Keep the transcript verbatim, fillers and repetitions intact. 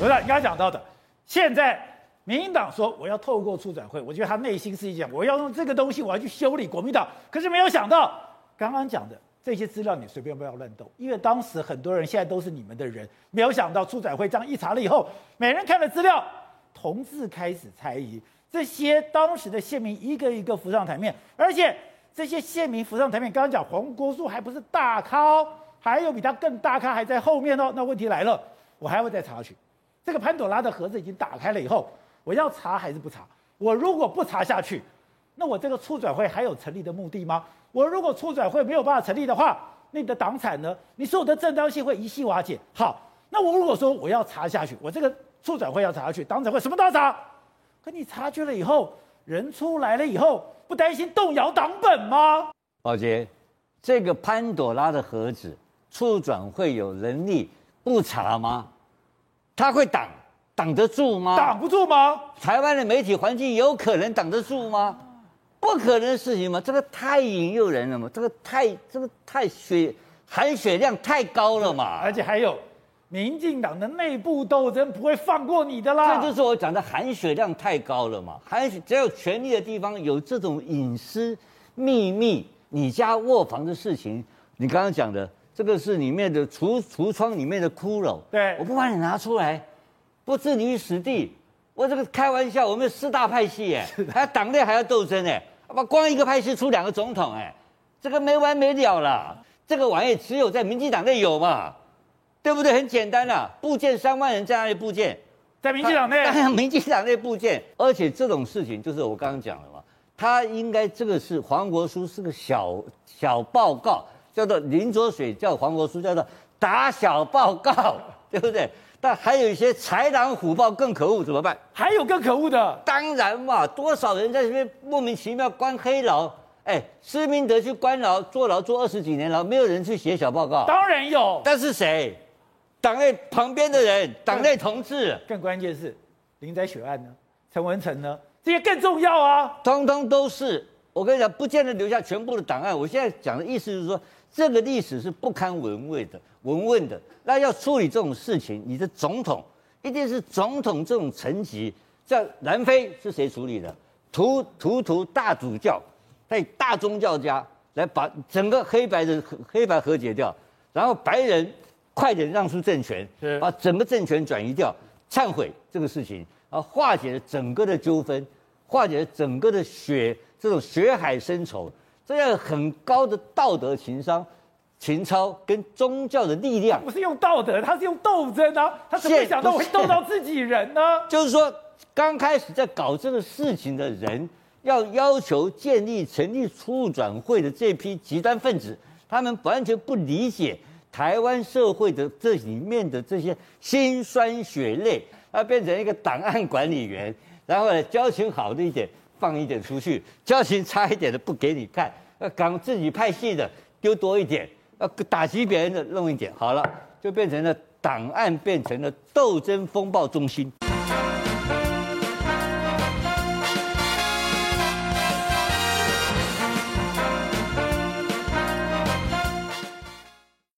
董事长，你刚才讲到的，现在民进党说我要透过促转会，我觉得他内心是讲我要用这个东西，我要去修理国民党。可是没有想到，刚刚讲的这些资料你随便不要乱动，因为当时很多人现在都是你们的人，没有想到促转会这样一查了以后，每人看了资料，同志开始猜疑，这些当时的县民一个一个浮上台面，而且这些县民浮上台面，刚刚讲黄国书还不是大咖，还有比他更大咖还在后面哦。那问题来了，我还会再查下去。这个潘朵拉的盒子已经打开了以后，我要查还是不查？我如果不查下去，那我这个促转会还有成立的目的吗？我如果促转会没有办法成立的话，那你的党产呢？你所有的正当性会一夕瓦解。好，那我如果说我要查下去，我这个促转会要查下去，党产会什么都要查。可你查去了以后，人出来了以后，不担心动摇党本吗？ 宝杰，这个潘朵拉的盒子，促转会有能力不查吗？他会挡挡得住吗？ 挡不住吗？ 台湾的媒体环境有可能挡得住吗？不可能的事情吗？这个太引诱人了嘛，这个太这个太血含血量太高了嘛， 而且还有民进党的内部斗争不会放过你的啦。 这就是我讲的含血量太高了嘛，含血只要有权力的地方有这种隐私秘密，你家卧房的事情，你刚刚讲的这个是里面的橱橱窗里面的骷髅， 对， 我不把你拿出来，不置你于死地。我这个开玩笑，我们四大派系哎，还党内还要斗争哎。光一个派系出两个总统，哎，这个没完没了了。这个玩意只有在民进党内有嘛，对不对？很简单啦，部件三万人在那里部件， 在民进党内， 当然民进党内部件，而且这种事情就是我刚刚讲了嘛，他应该这个是黄国书是个小小报告，叫做林卓水叫黄国书叫做打小报告，对不对？但还有一些豺狼虎豹更可恶，怎么办？ 还有更可恶的， 当然嘛，多少人在这边莫名其妙关黑牢，哎，施明德去关牢坐牢坐二十几年牢，没有人去写小报告。 当然有， 但是谁？党内旁边的人，党内同志。 更关键是林宅血案呢，陈文成呢，这些更重要啊， 通通都是。我跟你讲，不见得留下全部的档案。我现在讲的意思就是说，这个历史是不堪文味的、文问的。那要处理这种事情，你的总统一定是总统这种层级。像南非是谁处理的？图图图大主教，他以大宗教家来把整个黑白的黑白和解掉，然后白人快点让出政权，把整个政权转移掉，忏悔这个事情，然后化解了整个的纠纷，化解了整个的血这种血海深仇，这样很高的道德情商。情操跟宗教的力量， 不是用道德，他是用斗争啊！他怎么会想到会斗到自己人呢？ 就是说，刚开始在搞这个事情的人，要要求建立成立促转会的这批极端分子，他们完全不理解台湾社会的这里面的这些辛酸血泪，他变成一个档案管理员，然后呢，交情好的一点放一点出去，交情差一点的不给你看，要搞自己派系的丢多一点。要打击别人的弄一点，好了，就变成了档案，变成了斗争风暴中心。